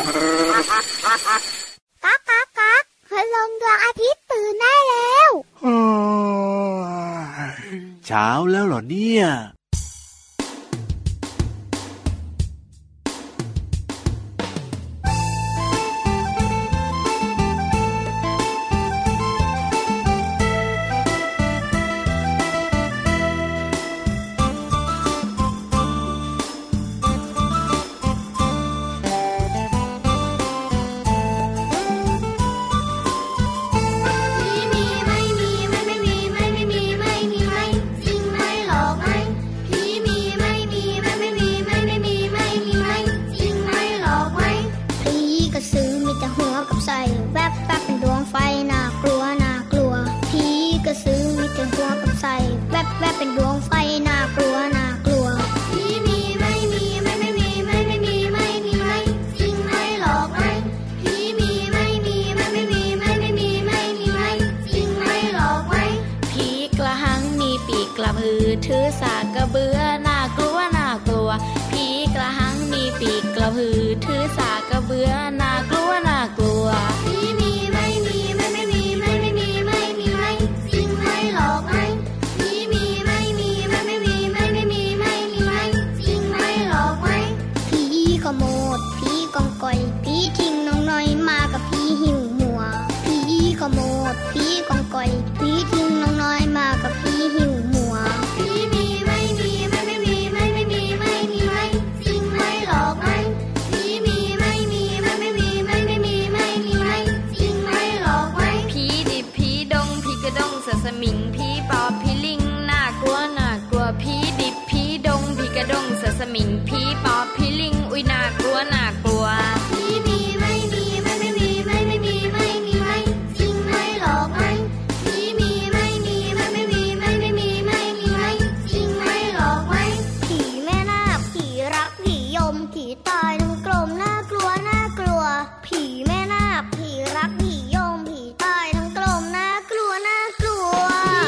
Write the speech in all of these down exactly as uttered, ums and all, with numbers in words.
ก๊ากก๊ากก๊ากคืนลงดวงอาทิตย์ตื่นได้แล้วเช้าแล้วเหรอเนี่ยถือสากกระเบือน่ากลัวน่ากลัวผีกระหังมีปีกกระพือถือสากกระเบือน่ากลัวน่ากลัวผีมีไม่มีไม่ไม่มีไม่ไม่มีไม่มีไม่จริงไม่หลอกไม่ผีมีไม่มีไม่ไม่มีไม่ไม่มีไม่มีไม่จริงไม่หลอกไม่ผีขโมดผีกองก่อยผีทิ้งน้องน้อยมากับผีหิวหัวผีขโมดผีกองก่อยผีทิ้งน้องน้อยมากับผีหิวหัวสมิงผีปอบผีลิงน่ากลัวน่ากลัวผีดิบผีดงผีกระดงเสือสมิงผีปอบผีลิงอุ้ยน่ากลัวน่ากลัวผีมีไม่มีไม่ไม่มีไม่ไม่มีไม่มีไม่จริงไม่หลอกไม่ผีมีไม่มีไม่ไม่มีไม่ไม่มีไม่มีไม่จริงไม่หลอกไม่ผีแม่นาคผีรักผียมผีตายทั้งกลมน่ากลัวน่ากลัวผีแม่นาคผีรักผียมผีตายทั้งกลมน่ากลัวน่ากลัว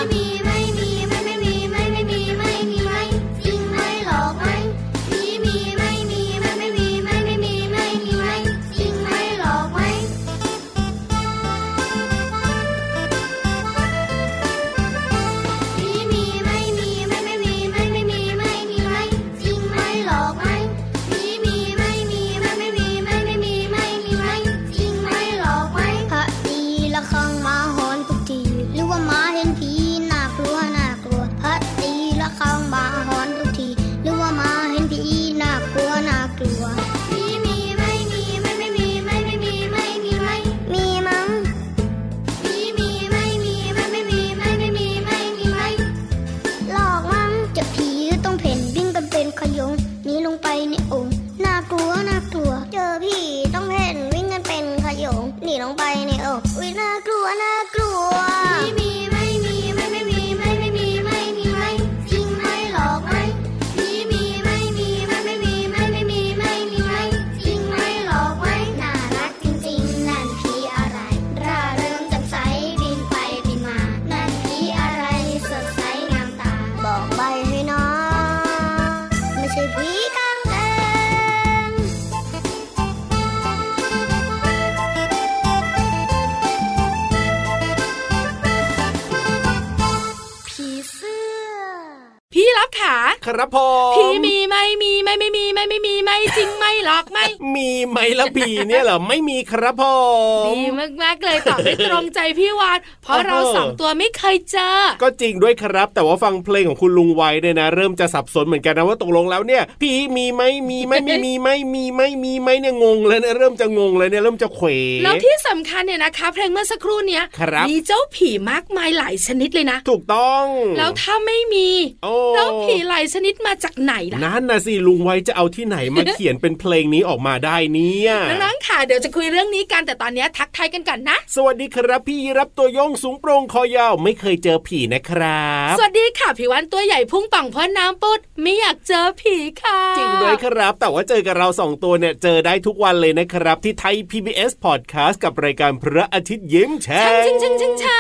ครับผมผีมีไม่มีไม่ไม่มีไม่ไม่มีไม่จริงไม่หลอกไม่มีไหมละผีเนี่ยเหรอไม่มีครับผมดีมากๆเลยตอบได้ตรงใจพี่วานเพราะเราสองตัวไม่เคยเจอก็จริงด้วยครับแต่ว่าฟังเพลงของคุณลุงไว้เนี่ยนะเริ่มจะสับสนเหมือนกันนะว่าตกลงแล้วเนี่ยผีมีไหมมีไม่ไม่มีไม่มีไม่มีไม่เนี่ยงงแล้วเนี่ยเริ่มจะงงเลยเนี่ยเริ่มจะเขวแล้วที่สำคัญเนี่ยนะคะเพลงเมื่อสักครู่เนี้ยมีเจ้าผีมากมายหลายชนิดเลยนะถูกต้องแล้วถ้าไม่มีแล้วผีหลายชนิดมาจากไหนล่ะนั่นน่ะสิลุงไว้จะเอาที่ไหนมาเขียนเป็นเพลงนี้ออกมาได้เนี่ยน้องๆค่ะเดี๋ยวจะคุยเรื่องนี้กันแต่ตอนนี้ทักทายกันก่อนนะสวัสดีครับพี่รับตัวโยงสูงโปร่งคอยาวไม่เคยเจอผีนะครับสวัสดีค่ะพี่วันตัวใหญ่พุ่งป่องพ่นน้ำปุดไม่อยากเจอผีค่ะจริงด้วยครับแต่ว่าเจอกับเราสองตัวเนี่ยเจอได้ทุกวันเลยนะครับที่ไทย พี บี เอส Podcast กับรายการพระอาทิตย์ยิ้มแฉ่งช่างๆ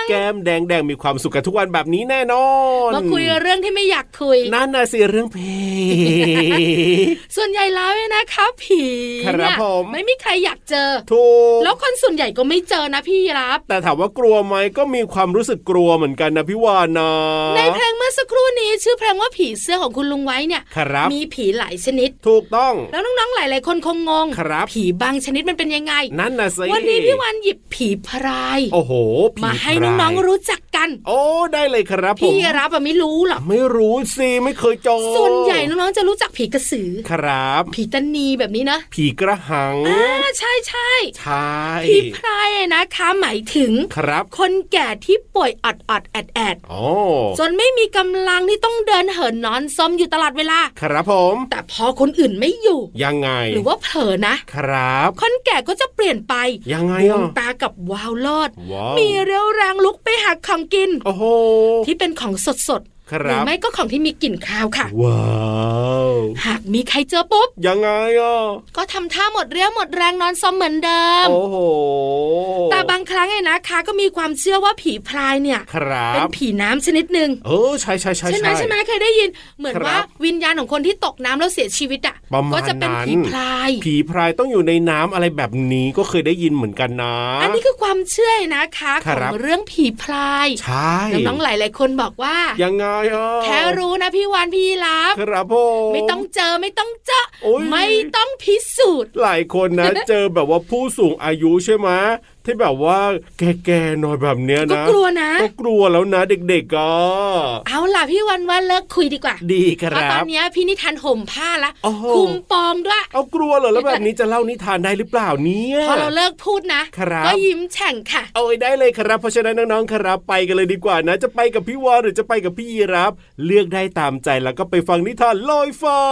แก้มแดงๆมีความสุขกันทุกวันแบบนี้แน่นอนมาคุยเรื่องที่ไม่อยากคุยนั่นน่ะสิเรื่องเพลงส่วนใหญ่แล้วเนี่ยนะคะผีเนี่ยไม่มีใครอยากเจอถูกแล้วคนส่วนใหญ่ก็ไม่เจอนะพี่รับแต่ถามว่ากลัวไหมก็มีความรู้สึกกลัวเหมือนกันนะพี่วานนะในเพลงเมื่อสักครู่นี้ชื่อเพลงว่าผีเสื้อของคุณลุงไว้เนี่ยมีผีหลายชนิดถูกต้องแล้วน้องๆหลายๆคนคงงงผีบางชนิดมันเป็นยังไงนั่นน่ะสิวันนี้พี่วานหยิบผีพรายโอ้โหมาให้น้องๆรู้จักกันโอ้ได้เลยครับผมพี่รับไม่รู้หรอไม่รู้สิไม่เคยเจอส่วนใหญ่น้องๆจะรู้จักผีกระสือครับผีตานีแบบนี้นะผีกระหังอ่าใช่ใช่ใช่ผีพรายนะคะหมายถึงครับคนแก่ที่ป่วยอดๆแอดๆจนไม่มีกำลังที่ต้องเดินเหินนอนซมอยู่ตลอดเวลาครับผมแต่พอคนอื่นไม่อยู่ยังไงหรือว่าเผลอนะครับคนแก่ก็จะเปลี่ยนไปยังไงดวงตากับวาวลอดมีเรี่ยวแรงลุกไปหาของกินโอ้โหที่เป็นของสดหรือไม่ก็ของที่มีกลิ่นคาวค่ะว้าวหากมีใครเจอปุ๊บยังไงอ่ะก็ทำท่าหมดเรี่ยวหมดแรงนอนซอมเหมือนเดิมโอ้โหแต่บางครั้งไงนะคะก็มีความเชื่อว่าผีพรายเนี่ยเป็นผีน้ำชนิดหนึ่งเออใช่ใช่ใช่ใช่ไหมใช่ไหมเคยได้ยินเหมือนว่าวิญญาณของคนที่ตกน้ำแล้วเสียชีวิตอ่ะก็จะเป็นผีพรายผีพรายต้องอยู่ในน้ำอะไรแบบนี้ก็เคยได้ยินเหมือนกันนะอันนี้คือความเชื่อนะคะของเรื่องผีพรายใช่น้องๆหลายๆคนบอกว่ายังไงอ่ะแค่รู้นะพี่วานพี่รับครับผมไม่ต้องเจอไม่ต้องเจาะไม่ต้องพิสูจน์หลายคนนะ เจอแบบว่าผู้สูงอายุใช่ไหมที่แบบว่าแก่ๆหน่อยแบบเนี้ยนะก็กลัวนะก็กลัวแล้วนะเด็กๆก็เอาล่ะพี่วันว่าเลิกคุยดีกว่าดีครับเพราะตอนนี้พี่นิทานห่มผ้าละคุมปองด้วยเอากลัวเหรอแล้วแบบนี้จะเล่านิทานได้หรือเปล่าเนี่ยพอเราเลิกพูดนะก็ยิ้มแฉ่งค่ะเอาไว้ได้เลยครับเพราะฉะนั้นน้องๆครับไปกันเลยดีกว่านะจะไปกับพี่วานหรือจะไปกับพี่ยีรับเลือกได้ตามใจแล้วก็ไปฟังนิทานลอยฟ้า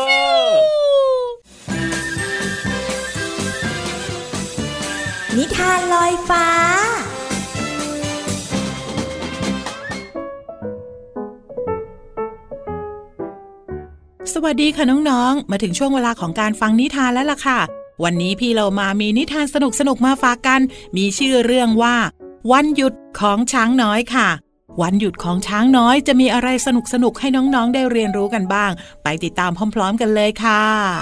นิทานลอยฟ้าสวัสดีค่ะน้องๆมาถึงช่วงเวลาของการฟังนิทานแล้วล่ะค่ะวันนี้พี่เรามามีนิทานสนุกๆมาฝากกันมีชื่อเรื่องว่าวันหยุดของช้างน้อยค่ะวันหยุดของช้างน้อยจะมีอะไรสนุกๆให้น้องๆได้เรียนรู้กันบ้างไปติดตามพร้อมๆกันเลยค่ะ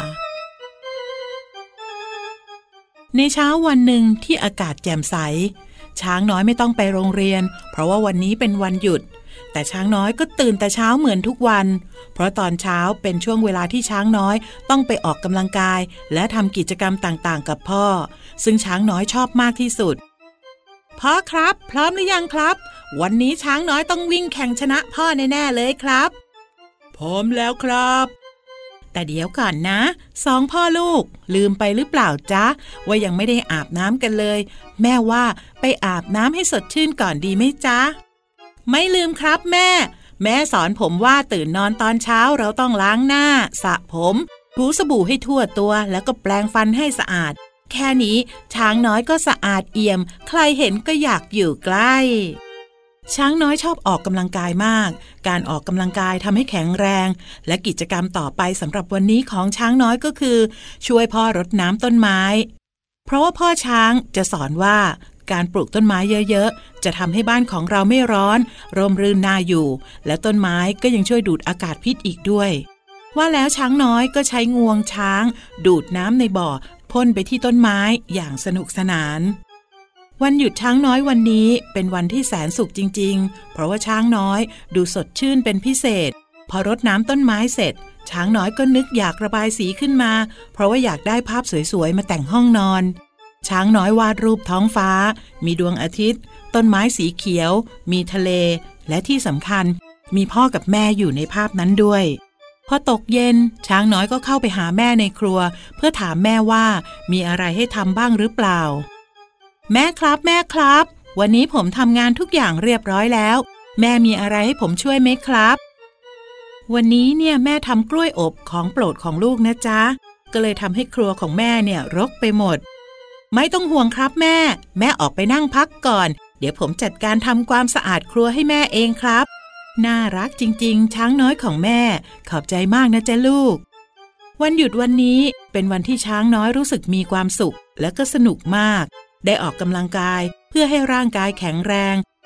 ในเช้าวันหนึ่งที่อากาศแจ่มใสช้างน้อยไม่ต้องไปโรงเรียนเพราะว่าวันนี้เป็นวันหยุดแต่ช้างน้อยก็ตื่นแต่เช้าเหมือนทุกวันเพราะตอนเช้าเป็นช่วงเวลาที่ช้างน้อยต้องไปออกกำลังกายและทำกิจกรรมต่างๆกับพ่อซึ่งช้างน้อยชอบมากที่สุดพ่อครับพร้อมหรือยังครับวันนี้ช้างน้อยต้องวิ่งแข่งชนะพ่อแน่ๆเลยครับพร้อมแล้วครับแต่เดี๋ยวก่อนนะสองพ่อลูกลืมไปหรือเปล่าจ๊ะว่ายังไม่ได้อาบน้ำกันเลยแม่ว่าไปอาบน้ำให้สดชื่นก่อนดีไหมจ๊ะไม่ลืมครับแม่แม่สอนผมว่าตื่นนอนตอนเช้าเราต้องล้างหน้าสระผมถูสบู่ให้ทั่วตัวแล้วก็แปรงฟันให้สะอาดแค่นี้ช้างน้อยก็สะอาดเอี่ยมใครเห็นก็อยากอยู่ใกล้ช้างน้อยชอบออกกำลังกายมากการออกกำลังกายทำให้แข็งแรงและกิจกรรมต่อไปสำหรับวันนี้ของช้างน้อยก็คือช่วยพ่อรดน้ำต้นไม้เพราะว่าพ่อช้างจะสอนว่าการปลูกต้นไม้เยอะๆจะทำให้บ้านของเราไม่ร้อนร่มรื่นน่าอยู่และต้นไม้ก็ยังช่วยดูดอากาศพิษอีกด้วยว่าแล้วช้างน้อยก็ใช้งวงช้างดูดน้ำในบ่อพ่นไปที่ต้นไม้อย่างสนุกสนานวันหยุดช้างน้อยวันนี้เป็นวันที่แสนสุขจริงๆเพราะว่าช้างน้อยดูสดชื่นเป็นพิเศษพอรดน้ำต้นไม้เสร็จช้างน้อยก็นึกอยากระบายสีขึ้นมาเพราะว่าอยากได้ภาพสวยๆมาแต่งห้องนอนช้างน้อยวาดรูปท้องฟ้ามีดวงอาทิตย์ต้นไม้สีเขียวมีทะเลและที่สำคัญมีพ่อกับแม่อยู่ในภาพนั้นด้วยพอตกเย็นช้างน้อยก็เข้าไปหาแม่ในครัวเพื่อถามแม่ว่ามีอะไรให้ทำบ้างหรือเปล่าแม่ครับแม่ครับวันนี้ผมทำงานทุกอย่างเรียบร้อยแล้วแม่มีอะไรให้ผมช่วยไหมครับวันนี้เนี่ยแม่ทำกล้วยอบของโปรดของลูกนะจ๊ะก็เลยทำให้ครัวของแม่เนี่ยรกไปหมดไม่ต้องห่วงครับแม่แม่ออกไปนั่งพักก่อนเดี๋ยวผมจัดการทำความสะอาดครัวให้แม่เองครับน่ารักจริงๆช้างน้อยของแม่ขอบใจมากนะจ๊ะลูกวันหยุดวันนี้เป็นวันที่ช้างน้อยรู้สึกมีความสุขและก็สนุกมากได้ออกกำลังกายเพื่อให้ร่างกายแข็งแรง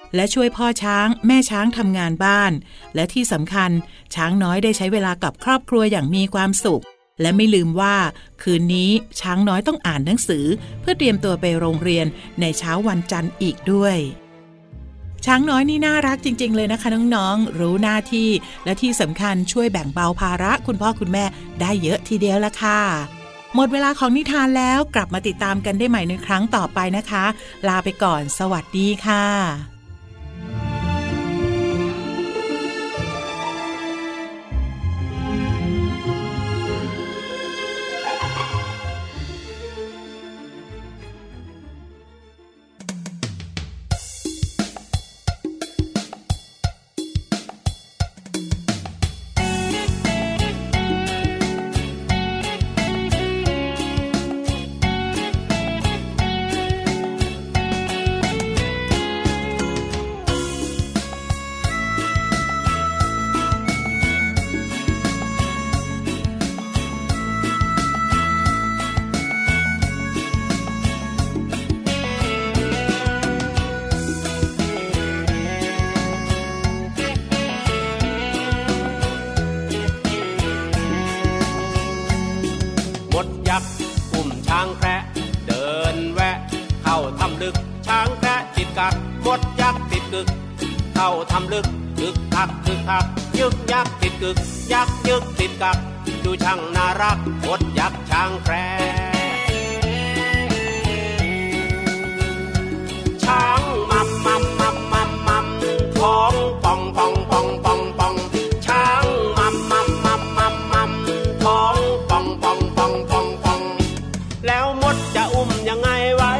และช่วยพ่อช้างแม่ช้างทำงานบ้านและที่สำคัญช้างน้อยได้ใช้เวลากับครอบครัวอย่างมีความสุขและไม่ลืมว่าคืนนี้ช้างน้อยต้องอ่านหนังสือเพื่อเตรียมตัวไปโรงเรียนในเช้าวันจันทร์อีกด้วยช้างน้อยนี่น่ารักจริงๆเลยนะคะน้องๆรู้หน้าที่และที่สำคัญช่วยแบ่งเบาภาระคุณพ่อคุณแม่ได้เยอะทีเดียวละค่ะหมดเวลาของนิทานแล้วกลับมาติดตามกันได้ใหม่ในครั้งต่อไปนะคะลาไปก่อนสวัสดีค่ะเข้าทำลึกคึกคักคึกคักยึกยักติดกึกยักยึกติดกักดูช่างน่ารักมดยักษ์ช้างแคระช้างมัมมัมมัมมัมมัมท้องป่องป่องป่องป่องป่องช้างมัมมัมมัมมัมมัมท้องป่องป่องป่องป่องป่องแล้วมดจะอุ้มยังไงไว้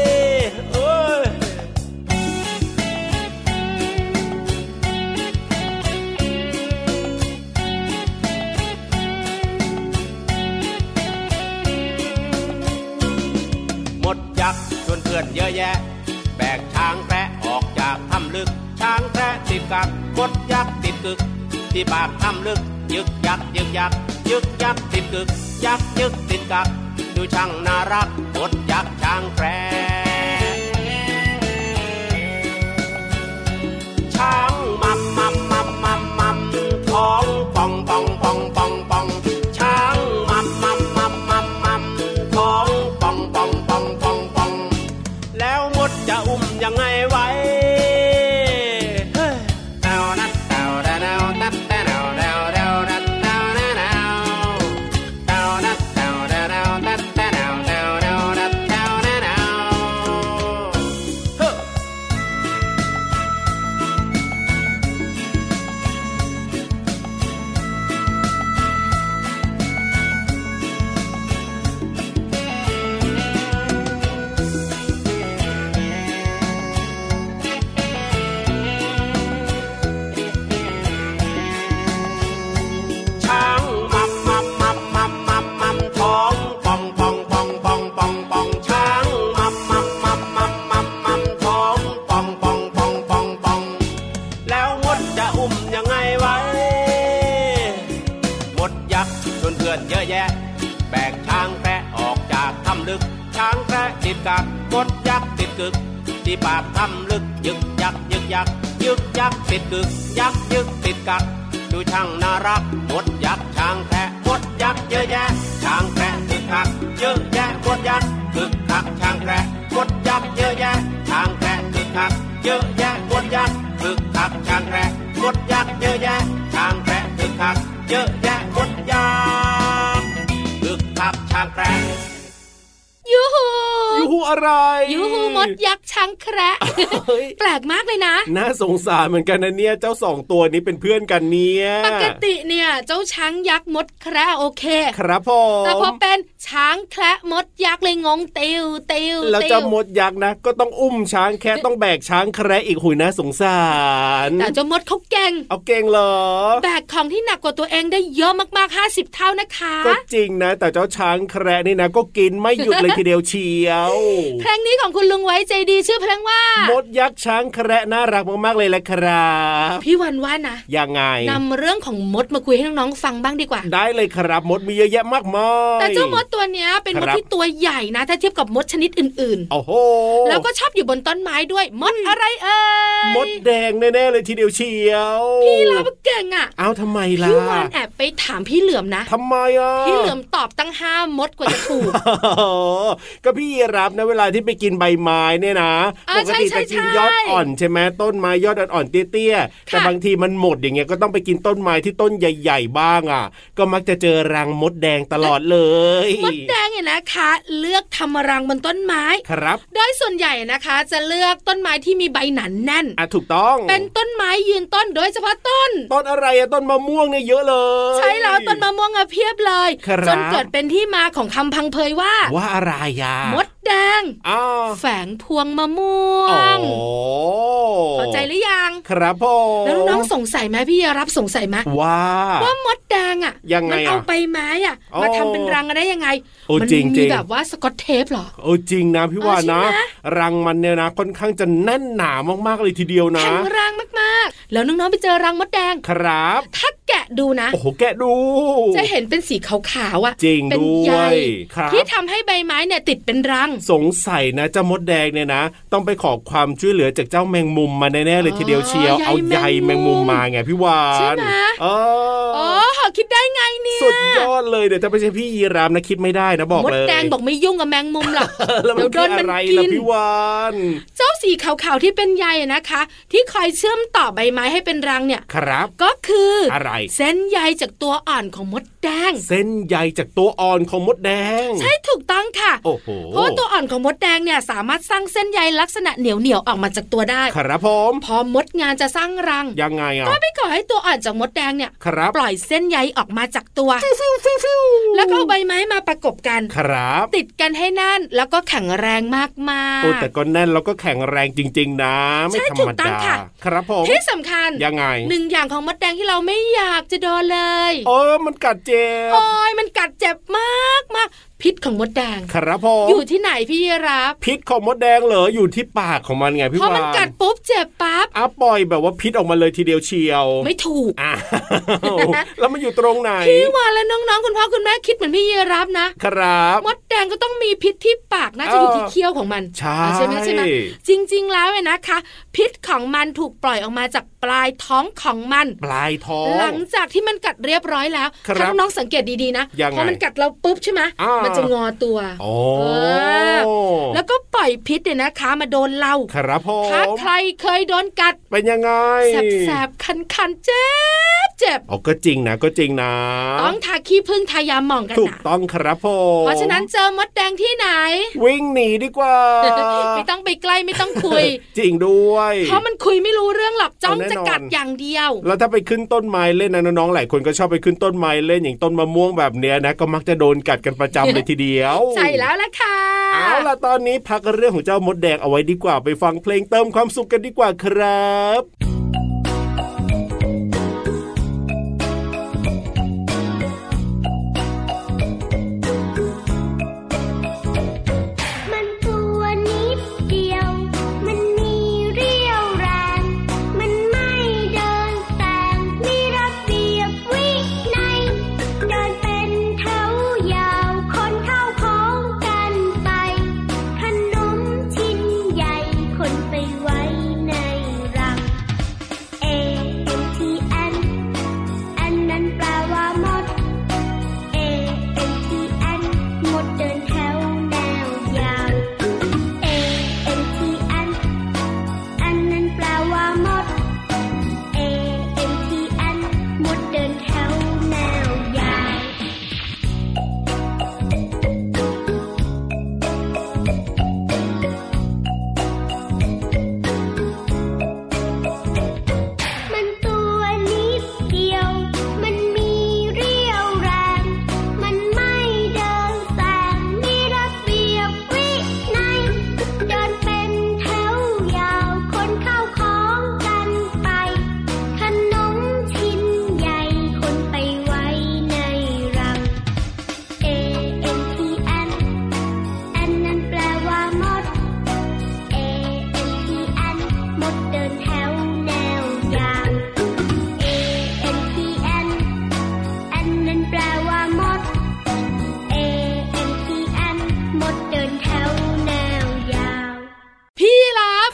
ชวนเพื่อนเยอะแยะแบกช้างแคระออกจากถ้ำลึกช้างแคระติดกักมดยักษ์ติดกึกที่ปากถ้ำลึกยึกยักยึกยักยึกยักติดกึกยักยึกติดกักดูช่างน่ารักมดยักษ์ช้างแคระช้างมัมมัมมัมมัมมัมท้องป่องป่องป่องป่องป่องช้างมัมมัมมัมมัมมัมท้องป่องป่องป่องป่องป่องแล้วมดจะอุ้มยังไงไว้แนวนัดแนวแนวนัดแนวแนวแนวนัดแนวแนวแนวแนวนัดแนวแนวแนวนัดแนวแนวแนวนัดแนวแนวแนวเฮ้เยอะแยะแบกช้างแคระออกจากถ้ำลึกช้างแคระติดกักมดยักษ์ติดกึกที่ปากถ้ำลึกยึกยักยึกยักยึกยักติดกึกยักยึกติดกักดูช่างน่ารักมดยักษ์ช้างแคระมดยักษ์เยอะแยะช้างแคระคึกคักเยอะแยะมดยักษ์คึกคักช้างแคระมดยักษ์เยอะแยะช้างแคระคึกคักเยอะแยะมดยักษ์คึกคักช้างแคระมดยักษ์เยอะแยะช้างแคระคึกคักเยอะแยะมดยักษ์คึกคักช้างแคระยูฮูยูฮูอะไรยูฮูมดยักษ์ช้างแคระแปลกมากเลยนะน่าสงสารเหมือนกันนะเนี่ยเจ้าสองตัวนี้เป็นเพื่อนกันเนี่ยปกติเนี่ยเจ้าช้างยักษ์มดแคระโอเคครับพ่อแต่พอเป็นช้างแคระมดยักษ์เลยงงเตียวเตียวแล้วเจ้ามดยักษ์นะก็ต้องอุ้มช้างแคระต้องแบกช้างแคระอีกหุยน่าสงสารแต่เจ้ามดเขาเก่งเอาเก่งเหรอแบกของที่หนักกว่าตัวเองได้เยอะมากๆห้าสิบเท่านะคะก็จริงนะแต่เจ้าช้างแคระนี่นะก็กินไม่หยุดเลยทีเดียวเชียวเพลงนี้ของคุณลุงไว้ใจดีชื่อเพลงว่ามดยักษ์ช้างแคระน่ารักมากๆเลยแหละครับพี่วันว่านะยังไงนำเรื่องของมดมาคุยให้น้องๆฟังบ้างดีกว่าได้เลยครับมดมีเยอะแยะมากมายแต่เจ้ามดตัวเนี้ยเป็นมดที่ตัวใหญ่นะถ้าเทียบกับมดชนิดอื่นๆโอ้โหแล้วก็ชอบอยู่บนต้นไม้ด้วยมดอะไรเอ่ยมดแดงแน่ๆเลยทีเดียวเชียวพี่เราเก่งอ่ะอ้าวทำไมล่ะพี่วันแอบไปถามพี่เหลือมนะทำไมอ่ะพี่เหลือมตอบตั้งห้ามดกว่าจะถูกก็พี่รับนะเวลาที่ไปกินใบไม้เนี่ยนะปกติจะกินยอดอ่อนใช่ไหมต้นไม้ยอดอ่อนๆเตี้ยๆแต่บางทีมันหมดอย่างเงี้ยก็ต้องไปกินต้นไม้ที่ต้นใหญ่ๆบ้างอ่ะก็มักจะเจอรังมดแดงตลอดเลยมดแดงเนี่ยนะคะเลือกทำรังบนต้นไม้ครับโดยส่วนใหญ่นะคะจะเลือกต้นไม้ที่มีใบหนาแน่นอ่ะถูกต้องเป็นต้นไม้ยืนต้นโดยเฉพาะต้นต้นอะไรอะต้นมะม่วงเนี่ยเยอะเลยใช่แล้วต้นมะม่วงอะเพียบเลยจนเกิดเป็นที่มาของคำพังเพยว่าว่าอะไรอะมดแดงแฝงพวงมะม่วงเข้าใจหรือยังครับพ่อแล้วน้องสงสัยไหมพี่รับสงสัยไหมว่าว่ามดแดงอะมันเอาไปไม้อะมาทำเป็นรังได้ยังไงมันมีแบบว่าสกอตเทปหรอโอ้จริงนะพี่ว่านะรังมันเนี่ยนะค่อนข้างจะแน่นหนามากๆเลยทีเดียวนะแข็งแรงมากๆแล้วน้องๆไปเจอรังมดแดงครับถ้าแกะดูนะโอ้โหแกะดูจะเห็นเป็นสีขาวๆอ่ะจริงด้วยที่ทำให้ใบไม้เนี่ยติดเป็นรังสงสัยนะเจ้ามดแดงเนี่ยนะต้องไปขอความช่วยเหลือจากเจ้าแมงมุมมาแน่ๆเลยทีเดียวเชียวเอาใยแมงมุมมาไงพี่วานใช่ไหมอ๋อคิดได้ไงเนี่ยสุดยอดเลยเดี๋ยวถ้าไม่ใช่พี่ยีรามนะคิดไม่ได้นะบอกเลยมดแดงบอกไม่ยุ่งกับแมงมุมหรอกเดี๋ยวโดนมันกินพี่วานเจ้าสีขาวๆที่เป็นใยนะคะที่คอยเชื่อมต่อใบไม้ให้เป็นรังเนี่ยครับก็คืออะไรเส้นใยจากตัวอ่อนของมดแดงเส้นใยจากตัวอ่อนของมดแดงใช่ถูกต้องค่ะโอ้โหเพราะตัวอ่อนของมดแดงเนี่ยสามารถสร้างเส้นใยลักษณะเหนียวเหนียวออกมาจากตัวได้ครับผมพอมดงานจะสร้างรังยังไงอ่ะก็ไปขอให้ตัวอ่อนจากมดแดงเนี่ยปล่อยเส้นใยออกมาจากตัวแล้วก็เอาใบไม้มาประกบกันครับติดกันให้แน่นแล้วก็แข็งแรงมากๆโอ้แต่ก็แน่นแล้วก็แข็งแรงจริงๆนะไม่ธรรมดาครับผมที่สำคัญยังไงหนึ่งอย่างของมดแดงที่เราไม่อยากจะโดนเลยโอ้มันกัดเจ็บโอ้ยมันกัดเจ็บมากมากพิษของมดแดงครับผมอยู่ที่ไหนพี่รับพิษของมดแดงเหรออยู่ที่ปากของมันไงพี่วานพอมันกัดปุ๊บเจ็บปั๊บอ้าปล่อยแบบว่าพิษออกมาเลยทีเดียวเชียวไม่ถูกอ้าวแล้วมันอยู่ตรงไหนพี่วานและน้องๆคุณพ่อคุณแม่คิดเหมือนพี่รับนะครับมดแดงก็ต้องมีพิษที่ปากน่าจะอยู่ที่เขี้ยวของมันใช่ใช่ไหมใช่ไหมจริงๆแล้วเนี่ยนะคะพิษของมันถูกปล่อยออกมาจากปลายท้องของมันปลายท้องหลังจากที่มันกัดเรียบร้อยแล้วถ้าน้องๆสังเกตดีๆนะพอมันกัดเราปุ๊บใช่ไหมมันจะงอตัวแล้วก็ปล่อยพิษเนี่ยนะคะมาโดนเราครับผมถ้าใครเคยโดนกัดเป็นยังไงแสบๆคันๆเจ็บเจ็บอ๋อก็จริงนะก็จริงนะต้องทาขี้ผึ้งทายาหม่องกันนะถูกต้องครับผมเพราะฉะนั้นเจอมดแดงที่ไหนวิ่งหนีดีกว่าไม่ต้องไปใกล้ไม่ต้องคุยจริงด้วยเพราะมันคุยไม่รู้เรื่องหรอกจ้องจะกัดอย่างเดียวแล้วถ้าไปขึ้นต้นไม้เล่นนะน้องๆหลายคนก็ชอบไปขึ้นต้นไม้เล่นอย่างต้นมะม่วงแบบเนี้ยนะก็มักจะโดนกัดกันประจำเลยทีเดียวใช่แล้วล่ะค่ะเอาล่ะตอนนี้พักเรื่องของเจ้ามดแดงเอาไว้ดีกว่าไปฟังเพลงเติมความสุขกันดีกว่าครับ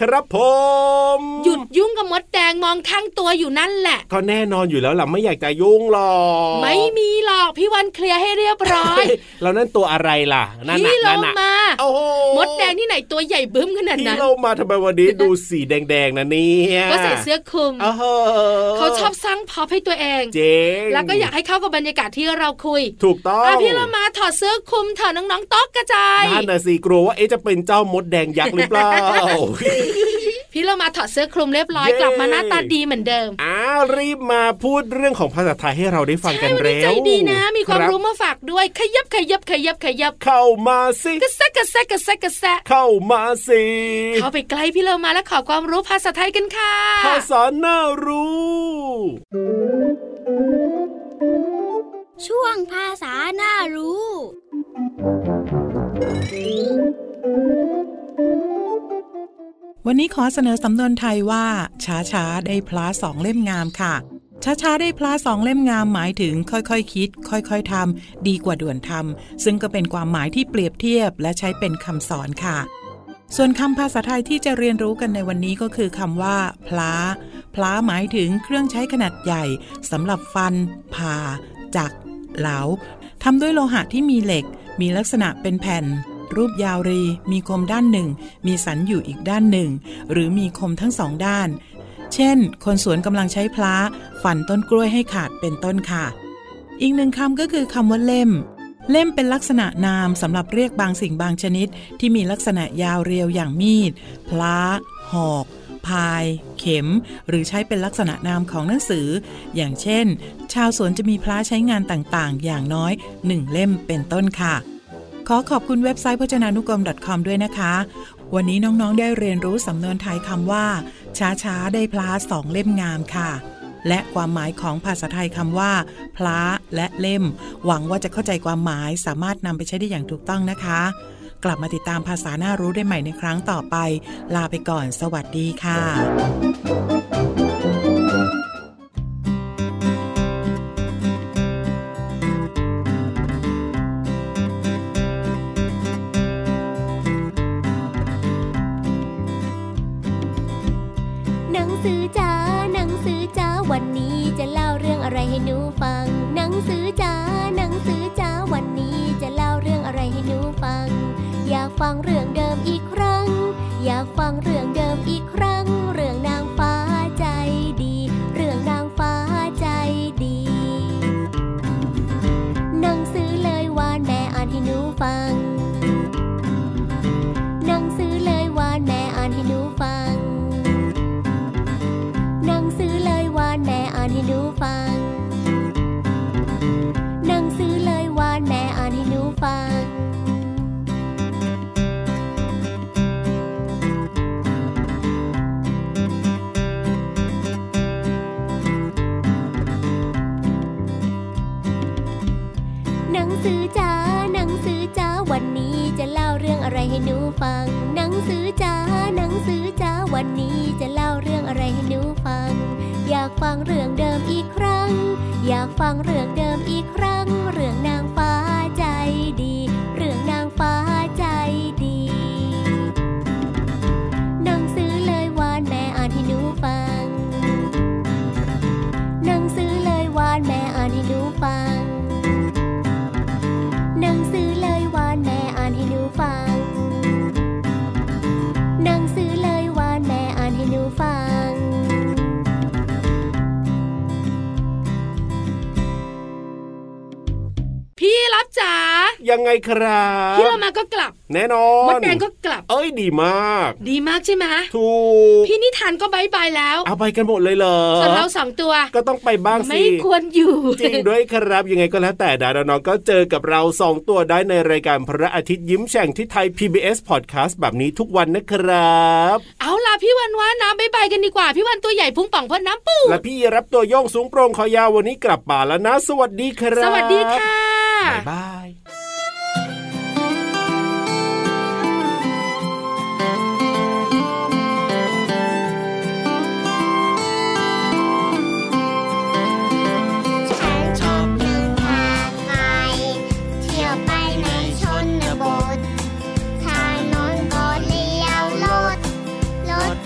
ครับผมหยุดยุ่งกับมดแดงมองข้างตัวอยู่นั่นแหละก็แน่นอนอยู่แล้วล่ะไม่อยากจะยุ่งหรอกไม่มีหรอกพี่วันเคลียร์ให้เรียบร้อยแล้วนั่นตัวอะไรล่ะนั่นน่ะนั่นน่ะโอ้โหมดแดงที่ไหนตัวใหญ่บึ้มขนาดนั้นพี่เรามาทำไมวันนี้ดูสีแดงๆนะเนี่ยก็ใส่เสื้อคลุมเขาชอบสร้างพร็อพให้ตัวเองเจ๋งแล้วก็อยากให้เข้ากับบรรยากาศที่เราคุยถูกต้องอ่ะพี่เรามาถอดเสื้อคลุมเถอะน้องๆต๊อกกระจายนั่นน่ะสิกลัวว่าเอ๊ะจะเป็นเจ้ามดแดงยักษ์หรือเปล่าพี่เรามาถอดเสื้อคลุมเรียบร้อยกลับมาหน้าตาดีเหมือนเดิมอ้าวรีบมาพูดเรื่องของภาษาไทยให้เราได้ฟังกันเร็วใจดีนะมีความรู้มาฝากด้วยขยับขยับขยับขยับเข้ามาสิกระแซะกระแซะกระแซะกระแซะเข้ามาสิเข้าไปใกล้พี่เรามาแล้วขอความรู้ภาษาไทยกันค่ะภาษาน่ารู้ช่วงภาษาน่ารู้วันนี้ขอเสนอสำนวนไทยว่าช้าช้าได้พลาสองเล่มงามค่ะช้าช้าได้พลาสองเล่มงามหมายถึงค่อยๆ ค, คิดค่อยๆทำดีกว่าด่วนทำซึ่งก็เป็นความหมายที่เปรียบเทียบและใช้เป็นคำสอนค่ะส่วนคำภาษาไทยที่จะเรียนรู้กันในวันนี้ก็คือคำว่าพลาพลาหมายถึงเครื่องใช้ขนาดใหญ่สำหรับฟันผ่าจักเหลาทำด้วยโลหะที่มีเหล็กมีลักษณะเป็นแผ่นรูปยาวรีมีคมด้านหนึ่งมีสันอยู่อีกด้านหนึ่งหรือมีคมทั้งสองด้านเช่นคนสวนกำลังใช้พลาฟันต้นกล้วยให้ขาดเป็นต้นค่ะอีกหนึ่งคำก็คือคำว่าเล่มเล่มเป็นลักษณะนามสำหรับเรียกบางสิ่งบางชนิดที่มีลักษณะยาวเรียวอย่างมีดพลาหอกพายเข็มหรือใช้เป็นลักษณะนามของหนังสืออย่างเช่นชาวสวนจะมีพลาใช้งานต่างๆอย่างน้อยหนึ่งเล่มเป็นต้นค่ะขอขอบคุณเว็บไซต์พจนานุกรม .com ด้วยนะคะวันนี้น้องๆได้เรียนรู้สำนวนไทยคำว่าช้าๆได้พลาสองเล่มงามค่ะและความหมายของภาษาไทยคำว่าพลาและเล่มหวังว่าจะเข้าใจความหมายสามารถนำไปใช้ได้อย่างถูกต้องนะคะกลับมาติดตามภาษาน่ารู้ได้ใหม่ในครั้งต่อไปลาไปก่อนสวัสดีค่ะหนังสือจ๋าหนังสือจ๋าวันนี้จะเล่าเรื่องอะไรให้หนูฟังหนังสือจ๋าหนังสือจ๋าวันนี้จะเล่าเรื่องอะไรให้หนูฟังอยากฟังเรื่องเดิมอีกครั้งอยากฟังเรื่องเดิมอีกครั้งเรื่องนางฟ้าใจดีเรื่องนางฟ้าใจดีหนังสือเลยวานแม่อ่านให้หนูฟังหนังสือเลยวานแม่อ่านให้หนูฟังหนังสือเลยวานแม่อ่านให้หนูฟังหนังสือเลยวานแม่อ่านให้หนูฟังหนังสือจ๋าหนังสือจ๋าวันนี้จะเล่าเรื่องอะไรให้หนูฟังหนังสือจ๋าหนังสือจ๋าวันนี้จะเล่าเรื่องอะไรให้หนูฟังอยากฟังเรื่องเดิมอีกครั้งอยากฟังเรื่องเดิมอีกครั้งเรื่องนางฟ้าใจดีเรื่องนางฟ้าใจดีหนังสือเลยวานแม่อ่านให้หนูฟังหนังสือเลยวานแม่อ่านให้หนูฟังหนังสือเลยวานแม่อ่านให้หนูฟังหนังสือเลยวานแม่อ่านให้หนูฟังพี่รับจ๋ายังไงครับพี่เรามาก็กลับแน่นอนมดแดงก็กลับเอ้ยดีมากดีมากใช่ไหมถูกพี่นิทานก็บายบายแล้วเอาไปกันหมดเลยเหรอส่วนเราสองตัวก็ต้องไปบ้างสิไม่ควรอยู่จริงด้วยครับยังไงก็แล้วแต่ดาน้องก็เจอกับเราสองตัวได้ในรายการพระอาทิตย์ยิ้มแฉ่งที่ไทย พี บี เอส Podcast แบบนี้ทุกวันนะครับเอาล่ะพี่วันว่าน้ำบายบายกันดีกว่าพี่วันตัวใหญ่พุงป่องพ่นน้ำปูและพี่รับตัวโยงสูงโปร่งคอยาววันนี้กลับป่าแล้วนะสวัสดีครับสวัสดีค่ะบ๊ายบายร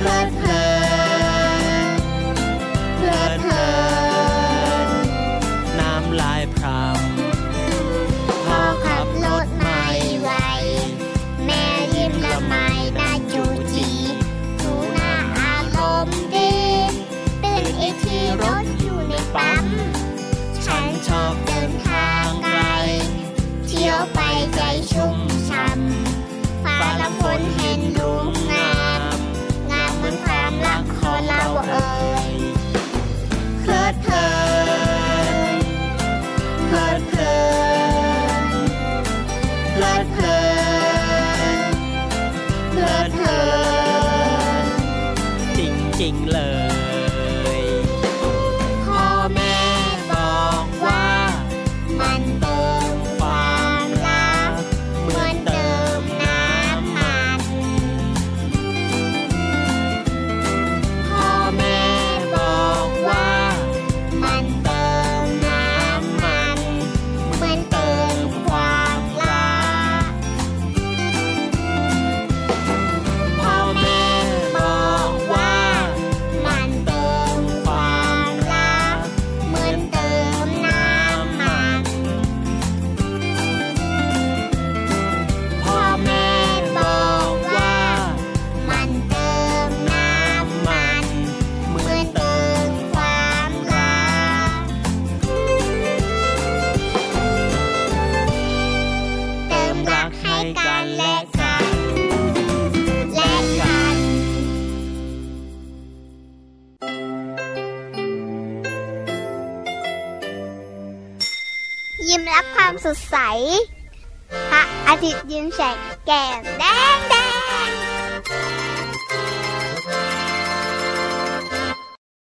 ลิดเพลินเพลิดเพลินน้ำลายพรำพ่อขับรถไม่ไหวแม่ยิ้มละไมหน้าจูจีดูหน้าอารมณ์ดีตื่นอีกทีรถอยู่ในปั๊มฉันชอบเดินทางไกลเที่ยวไปใจชุ่มช่ำฟ้าละฝนเห็นรูปงามงามเหมือนความรักของเราเอ่ยเพลิดเพลินเพลิดเพลินเพลิดเพลินเพลิดเพลินจริงๆเลยพ่อแม่บอกว่ามันเติมความรักเหมือนเติมน้ำมันพ่อแม่บอกว่ามันเติมน้ำมันเหมือนเติมความรักพ่อแม่บอกว่ามันเติมความรักเหมือนเติมน้ำมันพ่อแม่บอกว่ามันเติมน้ำมันเหมือนเติมความรักเติมรักให้กันและกันและกันยิ้มรับความสดใสพระอาทิตย์ยิ้มแฉกแก้มแดงแด